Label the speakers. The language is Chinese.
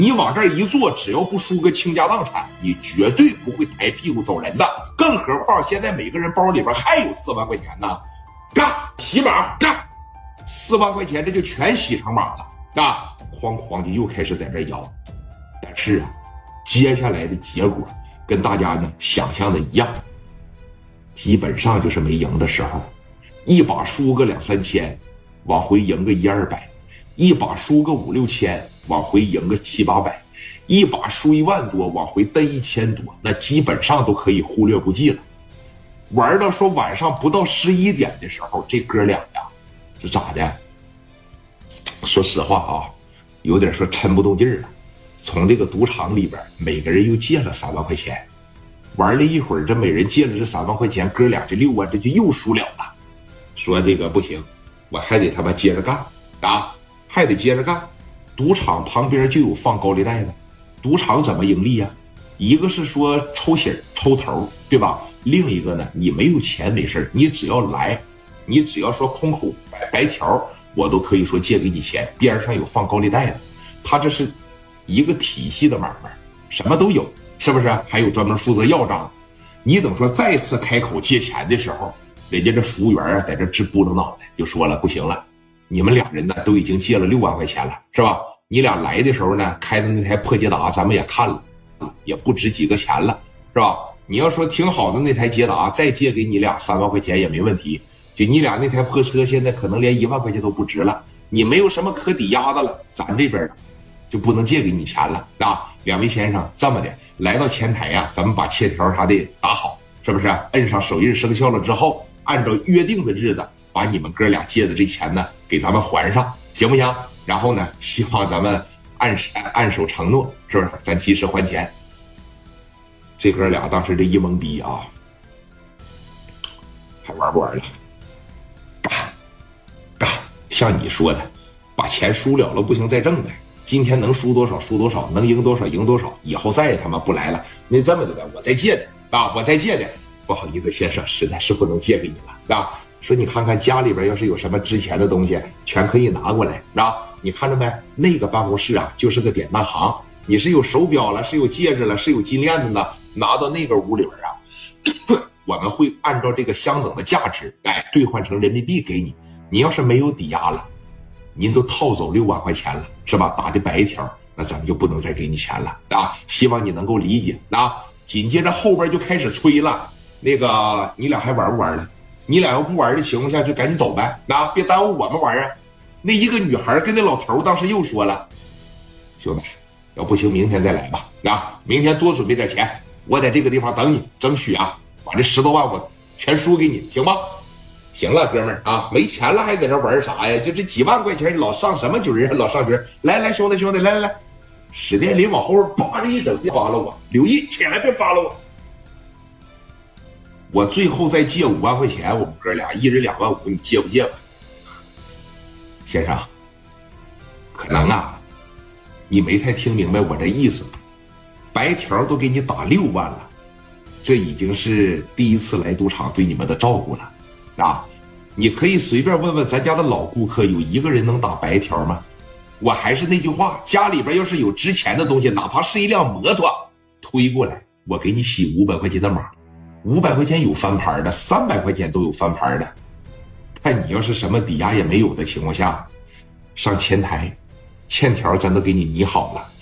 Speaker 1: 你往这儿一坐，只要不输个倾家荡产，你绝对不会抬屁股走人的。更何况现在每个人包里边还有4万块钱呢，干洗码干，4万块钱这就全洗成码了啊！哐哐就又开始在这摇。但是啊，接下来的结果跟大家呢想象的一样，基本上就是没赢的时候，一把输个2、3千，往回赢个100、200，一把输个5、6千，往回赢个7、800，一把输1万多，往回蹬1000多，那基本上都可以忽略不计了。玩到说晚上不到11点的时候，这哥俩呀是咋的？说实话啊，有点说抻不动劲儿了。从这个赌场里边，每个人又借了3万块钱，玩了一会儿，这每人借了这3万块钱，哥俩这6万这就又输了了。说这个不行，我还得他妈接着干啊，还得接着干。赌场旁边就有放高利贷的，赌场怎么盈利呀？一个是说抽喜抽头，对吧？另一个呢，你没有钱没事，你只要来，你只要说空口白条，我都可以说借给你钱。边上有放高利贷的，他这是一个体系的买卖，什么都有，是不是？还有专门负责要账。你等说再次开口借钱的时候，人家这服务员啊在这直拨弄脑袋，就说了不行了，你们俩人呢都已经借了6万块钱了，是吧？你俩来的时候呢，开的那台破捷达咱们也看了，也不值几个钱了，是吧？你要说挺好的那台捷达，再借给你俩3万块钱也没问题。就你俩那台破车现在可能连1万块钱都不值了，你没有什么可抵押的了，咱这边就不能借给你钱了啊！两位先生，这么的，来到前台呀，咱们把欠条啥的打好，是不是？摁上手印生效了之后，按照约定的日子，把你们哥俩借的这钱呢，给咱们还上，行不行？然后呢，希望咱们按守承诺，是不是？咱及时还钱。这哥俩当时这一懵逼啊，还玩不玩了？干！像你说的，把钱输了不行再挣呗。今天能输多少输多少，能赢多少赢多少，以后再他妈不来了。那这么的呗，我再借点啊，我再借点。不好意思，先生，实在是不能借给你了啊。说你看看家里边要是有什么值钱的东西，全可以拿过来啊。你看着没？那个办公室啊，就是个典当行。你是有手表了，是有戒指了，是有金链子呢，拿到那个屋里边啊，我们会按照这个相等的价值，兑换成人民币给你。你要是没有抵押了，您都套走6万块钱了，是吧？打的白条，那咱们就不能再给你钱了啊！希望你能够理解啊！紧接着后边就开始催了，那个你俩还玩不玩了？你俩要不玩的情况下，就赶紧走呗，啊，别耽误我们玩啊！那一个女孩跟那老头当时又说了，兄弟，要不行明天再来吧，啊，明天多准备点钱，我在这个地方等你，争取啊把这10多万我全输给你，行吗？行了，哥们儿啊，没钱了还在这玩啥呀？就这几万块钱，老上什么局啊？老上局！来，兄弟，来，史殿林往后边叭的一整，别扒拉我，刘毅起来，别扒拉我。我最后再借5万块钱，我们哥俩一人2万5，你借不借吧？先生，可能啊，你没太听明白我这意思，白条都给你打6万了，这已经是第一次来赌场对你们的照顾了。啊，你可以随便问问咱家的老顾客，有一个人能打白条吗？我还是那句话，家里边要是有值钱的东西，哪怕是一辆摩托，推过来，我给你洗500块钱的码，500块钱有翻牌的，300块钱都有翻牌的。看你要是什么抵押也没有的情况下，上前台，欠条咱都给你拟好了，